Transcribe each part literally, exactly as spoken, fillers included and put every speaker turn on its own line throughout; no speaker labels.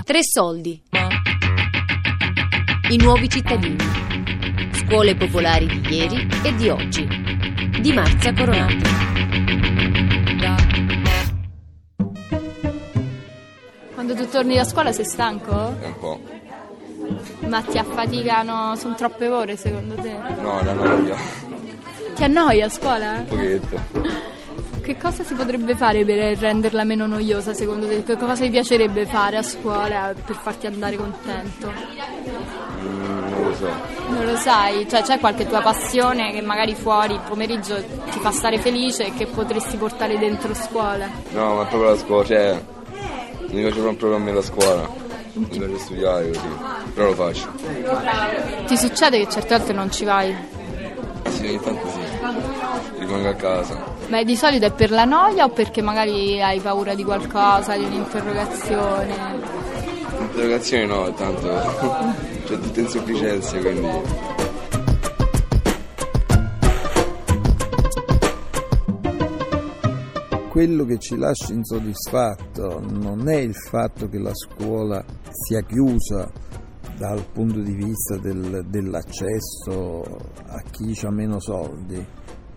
Tre soldi. I nuovi cittadini. Scuole popolari di ieri e di oggi. Di Marzia Coronati.
Quando tu torni da scuola sei stanco?
Un po'.
Ma ti affaticano, sono troppe ore secondo te?
No, la noia.
Ti annoia a scuola?
Un pochetto.
Che cosa si potrebbe fare per renderla meno noiosa secondo te? Che cosa ti piacerebbe fare a scuola per farti andare contento?
Mm, non lo so.
Non lo sai? Cioè c'è qualche tua passione che magari fuori il pomeriggio ti fa stare felice e che potresti portare dentro scuola?
No, ma proprio la scuola, cioè mi piace proprio a me la scuola, mi piace studiare così, però lo faccio.
Ti succede che certe volte non ci vai?
Sì, ogni tanto sì, rimango a casa.
Ma di solito è per la noia o perché magari hai paura di qualcosa, di un'interrogazione?
Interrogazioni no, tanto c'è tutte insufficienze, quindi...
Quello che ci lascia insoddisfatto non è il fatto che la scuola sia chiusa dal punto di vista del, dell'accesso a chi ha meno soldi.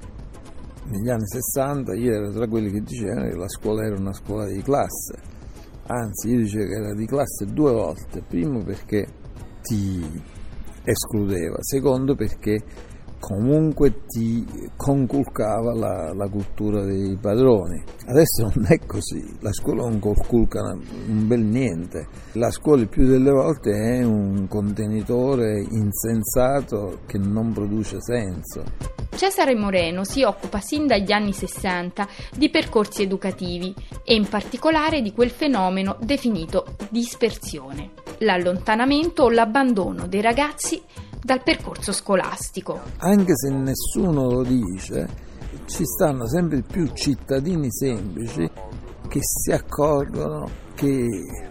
Negli anni sessanta io ero tra quelli che dicevano che la scuola era una scuola di classe, anzi io dicevo che era di classe due volte, primo perché ti escludeva, secondo perché comunque ti conculcava la, la cultura dei padroni. Adesso non è così, la scuola non conculca un bel niente, la scuola il più delle volte è un contenitore insensato che non produce senso.
Cesare Moreno si occupa sin dagli anni sessanta di percorsi educativi e in particolare di quel fenomeno definito dispersione, l'allontanamento o l'abbandono dei ragazzi dal percorso scolastico.
Anche se nessuno lo dice, ci stanno sempre più cittadini semplici che si accorgono che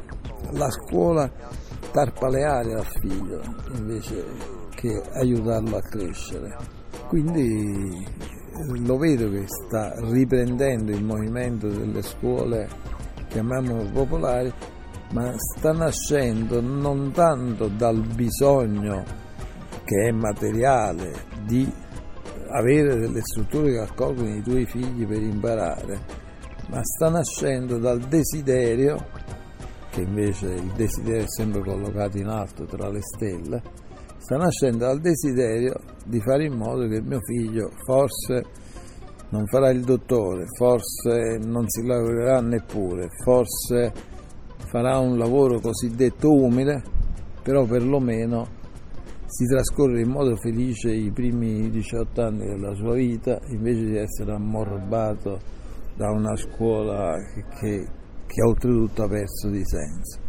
la scuola tarpa le ali al figlio invece che aiutarlo a crescere. Quindi lo vedo che sta riprendendo il movimento delle scuole, chiamiamole popolari, ma sta nascendo non tanto dal bisogno che è materiale di avere delle strutture che accolgono i tuoi figli per imparare, ma sta nascendo dal desiderio, che invece il desiderio è sempre collocato in alto tra le stelle, sta nascendo dal desiderio di fare in modo che mio figlio forse non farà il dottore, forse non si lavorerà neppure, forse farà un lavoro cosiddetto umile, però perlomeno si trascorre in modo felice i primi diciotto anni della sua vita invece di essere ammorbato da una scuola che, che, che oltretutto ha perso di senso.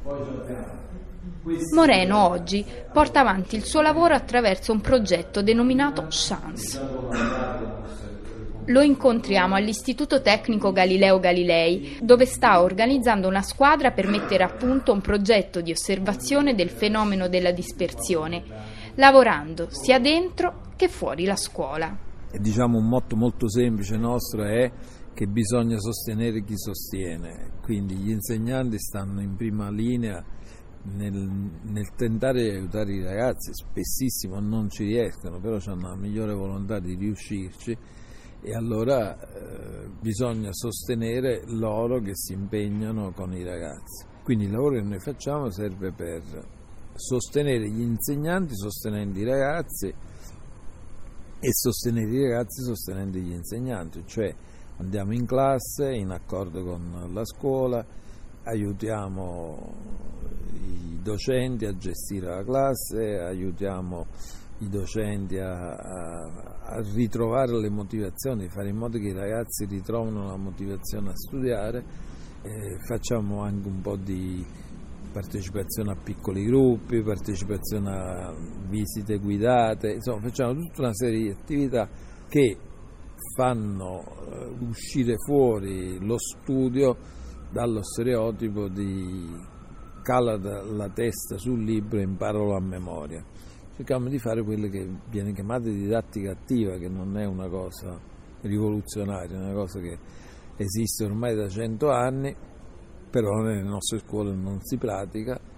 Moreno oggi porta avanti il suo lavoro attraverso un progetto denominato Chance. Lo incontriamo all'Istituto Tecnico Galileo Galilei, dove sta organizzando una squadra per mettere a punto un progetto di osservazione del fenomeno della dispersione, lavorando sia dentro che fuori la scuola.
E diciamo un motto molto semplice nostro è che bisogna sostenere chi sostiene, quindi gli insegnanti stanno in prima linea Nel, nel tentare di aiutare i ragazzi, spessissimo non ci riescono, però hanno la migliore volontà di riuscirci e allora eh, bisogna sostenere loro che si impegnano con i ragazzi. Quindi il lavoro che noi facciamo serve per sostenere gli insegnanti sostenendo i ragazzi e sostenere i ragazzi sostenendo gli insegnanti, cioè andiamo in classe in accordo con la scuola, aiutiamo i docenti a gestire la classe, aiutiamo i docenti a, a, a ritrovare le motivazioni, fare in modo che i ragazzi ritrovino la motivazione a studiare, eh, facciamo anche un po' di partecipazione a piccoli gruppi, partecipazione a visite guidate, insomma facciamo tutta una serie di attività che fanno eh, uscire fuori lo studio dallo stereotipo di cala la testa sul libro e imparalo a memoria. Cerchiamo di fare quello che viene chiamata didattica attiva, che non è una cosa rivoluzionaria, è una cosa che esiste ormai da cento anni, però nelle nostre scuole non si pratica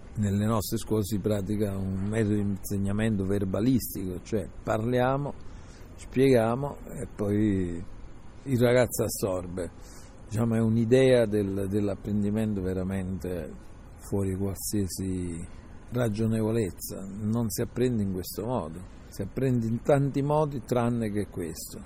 nelle nostre scuole si pratica un metodo di insegnamento verbalistico, cioè parliamo, spieghiamo e poi il ragazzo assorbe. Diciamo, è un'idea del, dell'apprendimento veramente fuori qualsiasi ragionevolezza. Non si apprende in questo modo, si apprende in tanti modi tranne che questo.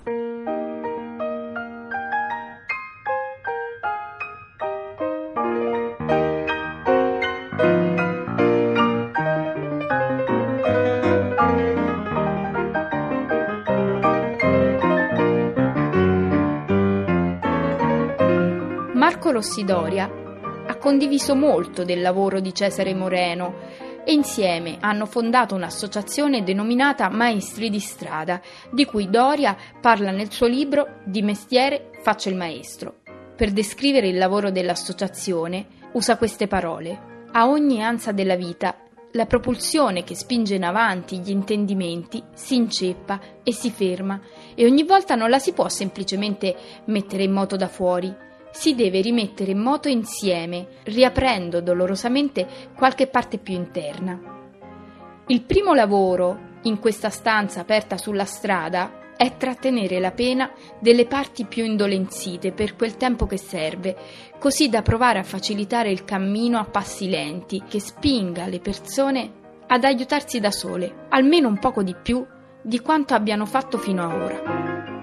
Marco Rossidoria ha condiviso molto del lavoro di Cesare Moreno e insieme hanno fondato un'associazione denominata Maestri di Strada, di cui Doria parla nel suo libro Di mestiere faccio il maestro. Per descrivere il lavoro dell'associazione usa queste parole: a ogni ansa della vita la propulsione che spinge in avanti gli intendimenti si inceppa e si ferma, e ogni volta non la si può semplicemente mettere in moto da fuori. Si deve rimettere in moto insieme, riaprendo dolorosamente qualche parte più interna. Il primo lavoro, in questa stanza aperta sulla strada, è trattenere la pena delle parti più indolenzite per quel tempo che serve, così da provare a facilitare il cammino a passi lenti che spinga le persone ad aiutarsi da sole, almeno un poco di più di quanto abbiano fatto fino ad ora.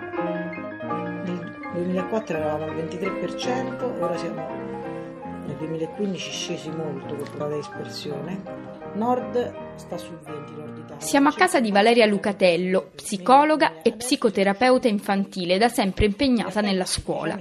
Nel duemilaquattro eravamo al ventitré per cento, ora siamo nel duemilaquindici scesi molto con la dispersione. Nord sta sul venti, Nord Italia.
Siamo a casa di Valeria Lucatello, psicologa e psicoterapeuta infantile, da sempre impegnata nella scuola.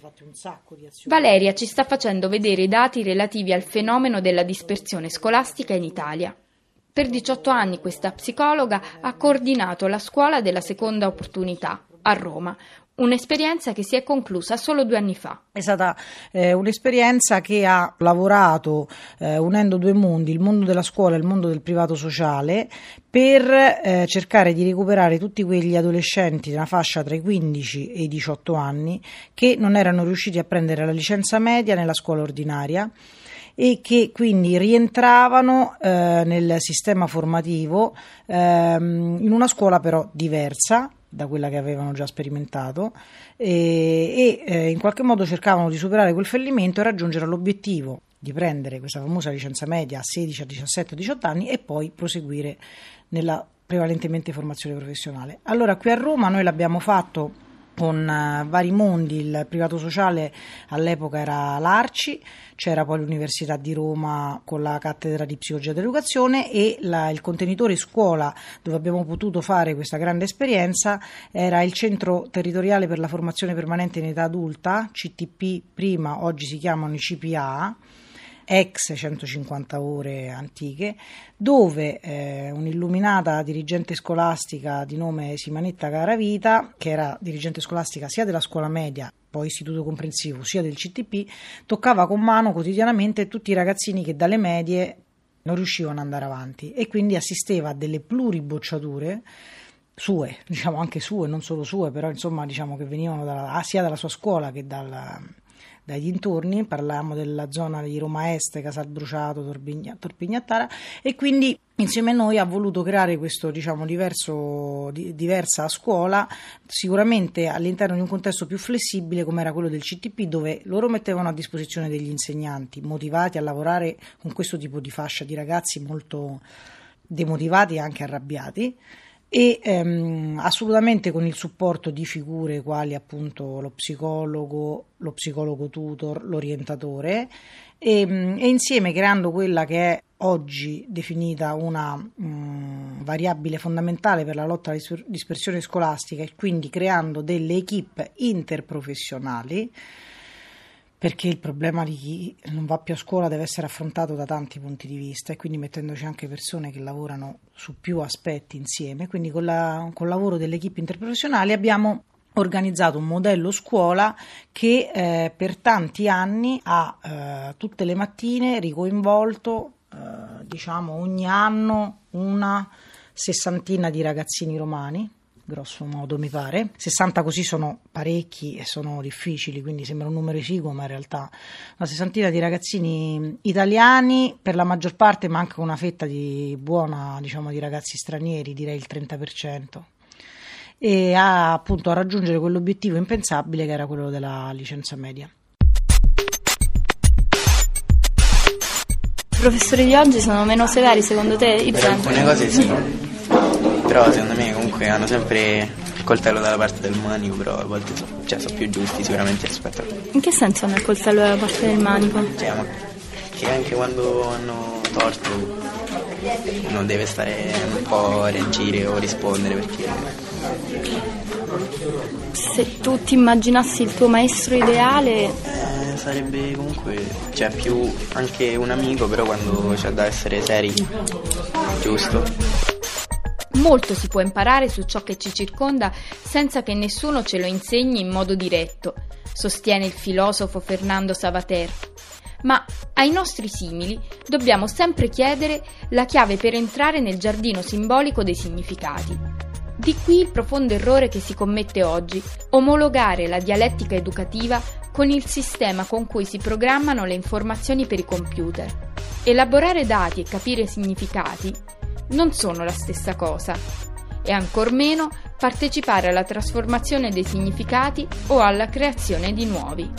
Valeria ci sta facendo vedere i dati relativi al fenomeno della dispersione scolastica in Italia. Per diciotto anni questa psicologa ha coordinato la scuola della seconda opportunità a Roma, un'esperienza che si è conclusa solo due anni fa.
È stata eh, un'esperienza che ha lavorato eh, unendo due mondi, il mondo della scuola e il mondo del privato sociale, per eh, cercare di recuperare tutti quegli adolescenti nella fascia tra i quindici e i diciotto anni che non erano riusciti a prendere la licenza media nella scuola ordinaria e che quindi rientravano eh, nel sistema formativo ehm, in una scuola però diversa da quella che avevano già sperimentato e, e eh, in qualche modo cercavano di superare quel fallimento e raggiungere l'obiettivo di prendere questa famosa licenza media a sedici, a diciassette, a diciotto anni e poi proseguire nella prevalentemente formazione professionale. Allora qui a Roma noi l'abbiamo fatto con uh, vari mondi. Il privato sociale all'epoca era l'Arci, c'era poi l'Università di Roma con la cattedra di psicologia dell'educazione e la, il contenitore scuola dove abbiamo potuto fare questa grande esperienza era il Centro Territoriale per la Formazione Permanente in Età Adulta, C T P prima, oggi si chiamano i C P A, ex centocinquanta ore antiche, dove eh, un'illuminata dirigente scolastica di nome Simonetta Caravita, che era dirigente scolastica sia della scuola media, poi istituto comprensivo, sia del C T P, toccava con mano quotidianamente tutti i ragazzini che dalle medie non riuscivano ad andare avanti e quindi assisteva a delle pluribocciature sue, diciamo anche sue, non solo sue, però insomma diciamo che venivano dalla, sia dalla sua scuola che dal dai dintorni, parliamo della zona di Roma Est, Casalbruciato, Torpigna, Torpignattara, e quindi insieme a noi ha voluto creare questo diciamo diverso, di, diversa scuola, sicuramente all'interno di un contesto più flessibile come era quello del C T P, dove loro mettevano a disposizione degli insegnanti motivati a lavorare con questo tipo di fascia di ragazzi molto demotivati e anche arrabbiati, e ehm, assolutamente con il supporto di figure quali appunto lo psicologo, lo psicologo tutor, l'orientatore e, e insieme creando quella che è oggi definita una mh, variabile fondamentale per la lotta alla dispersione scolastica e quindi creando delle equip interprofessionali, perché il problema di chi non va più a scuola deve essere affrontato da tanti punti di vista e quindi mettendoci anche persone che lavorano su più aspetti insieme. Quindi con, la, con il lavoro delle equip interprofessionali abbiamo organizzato un modello scuola che eh, per tanti anni ha eh, tutte le mattine ricoinvolto eh, diciamo ogni anno una sessantina di ragazzini romani grosso modo mi pare. sessanta così sono parecchi e sono difficili, quindi sembra un numero esiguo, ma in realtà una sessantina di ragazzini italiani per la maggior parte, ma anche una fetta di buona, diciamo, di ragazzi stranieri, direi il trenta per cento. E a, appunto, a raggiungere quell'obiettivo impensabile che era quello della licenza media.
I professori di oggi sono meno severi secondo te?
Per alcune cose sì, però secondo me comunque hanno sempre il coltello dalla parte del manico, però a volte so, cioè, sono più giusti sicuramente rispetto a...
In che senso hanno il coltello dalla parte del manico?
Cioè, ma che anche quando hanno torto non deve stare un po' a reagire o rispondere, perché...
Se tu ti immaginassi il tuo maestro ideale...
Eh, sarebbe comunque, cioè, più anche un amico, però quando c'è da essere seri, giusto.
Molto si può imparare su ciò che ci circonda senza che nessuno ce lo insegni in modo diretto, sostiene il filosofo Fernando Savater. Ma ai nostri simili dobbiamo sempre chiedere la chiave per entrare nel giardino simbolico dei significati. Di qui il profondo errore che si commette oggi, omologare la dialettica educativa con il sistema con cui si programmano le informazioni per i computer. Elaborare dati e capire significati non sono la stessa cosa, e ancor meno partecipare alla trasformazione dei significati o alla creazione di nuovi.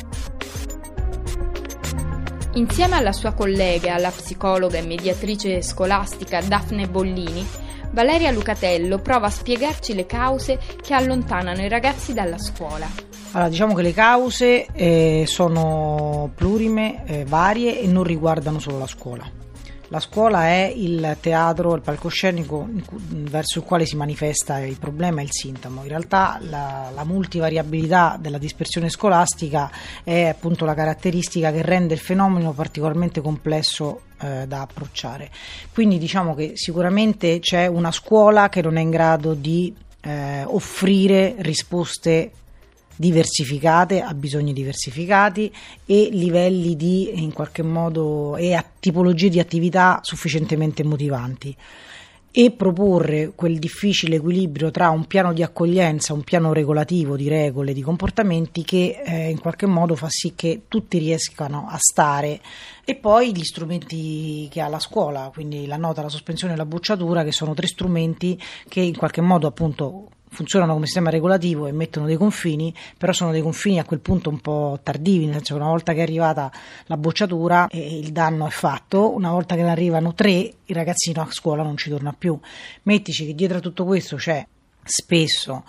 Insieme alla sua collega, la psicologa e mediatrice scolastica Daphne Bollini, Valeria Lucatello prova a spiegarci le cause che allontanano i ragazzi dalla scuola.
Allora, diciamo che le cause eh, sono plurime, eh, varie e non riguardano solo la scuola. La scuola è il teatro, il palcoscenico verso il quale si manifesta il problema e il sintomo. In realtà la, la multivariabilità della dispersione scolastica è appunto la caratteristica che rende il fenomeno particolarmente complesso eh, da approcciare. Quindi diciamo che sicuramente c'è una scuola che non è in grado di eh, offrire risposte diversificate, a bisogni diversificati e livelli di, in qualche modo, e a tipologie di attività sufficientemente motivanti, e proporre quel difficile equilibrio tra un piano di accoglienza, un piano regolativo di regole, di comportamenti che eh, in qualche modo fa sì che tutti riescano a stare, e poi gli strumenti che ha la scuola, quindi la nota, la sospensione e la bocciatura, che sono tre strumenti che in qualche modo appunto funzionano come sistema regolativo e mettono dei confini, però sono dei confini a quel punto un po' tardivi, nel senso che una volta che è arrivata la bocciatura eh, il danno è fatto, una volta che ne arrivano tre il ragazzino a scuola non ci torna più. Mettici che dietro a tutto questo c'è spesso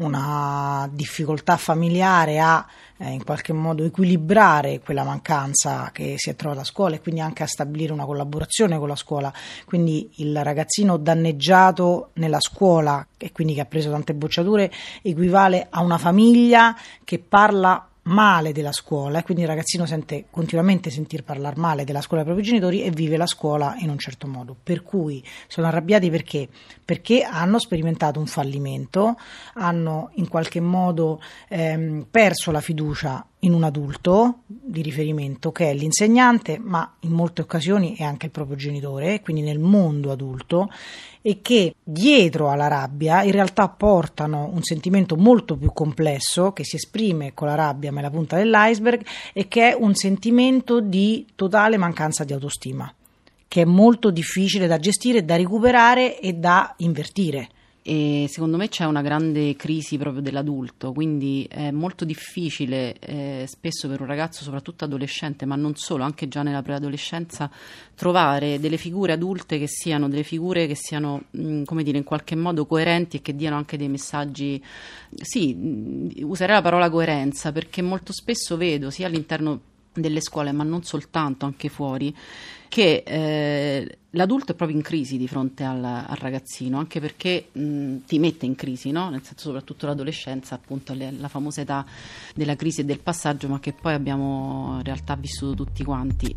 una difficoltà familiare a eh, in qualche modo equilibrare quella mancanza che si è trovata a scuola, e quindi anche a stabilire una collaborazione con la scuola. Quindi il ragazzino danneggiato nella scuola, e quindi che ha preso tante bocciature, equivale a una famiglia che parla male della scuola, e quindi il ragazzino sente continuamente sentir parlare male della scuola dei propri genitori e vive la scuola in un certo modo, per cui sono arrabbiati perché perché hanno sperimentato un fallimento, hanno in qualche modo ehm, perso la fiducia in un adulto di riferimento che è l'insegnante, ma in molte occasioni è anche il proprio genitore, quindi nel mondo adulto, e che dietro alla rabbia in realtà portano un sentimento molto più complesso che si esprime con la rabbia, ma è la punta dell'iceberg, e che è un sentimento di totale mancanza di autostima, che è molto difficile da gestire, da recuperare e da invertire.
E secondo me c'è una grande crisi proprio dell'adulto, quindi è molto difficile eh, spesso per un ragazzo, soprattutto adolescente, ma non solo, anche già nella preadolescenza, trovare delle figure adulte che siano delle figure che siano, mh, come dire, in qualche modo coerenti e che diano anche dei messaggi. Sì, mh, userei la parola coerenza, perché molto spesso vedo sia all'interno delle scuole, ma non soltanto, anche fuori, che eh, l'adulto è proprio in crisi di fronte al, al ragazzino, anche perché mh, ti mette in crisi, no? Nel senso, soprattutto l'adolescenza, appunto le, la famosa età della crisi e del passaggio, ma che poi abbiamo in realtà vissuto tutti quanti.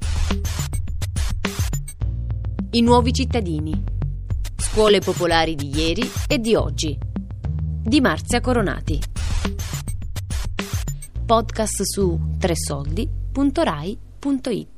I nuovi cittadini. Scuole popolari di ieri e di oggi. Di Marzia Coronati. Podcast su tre soldi punto rai punto it.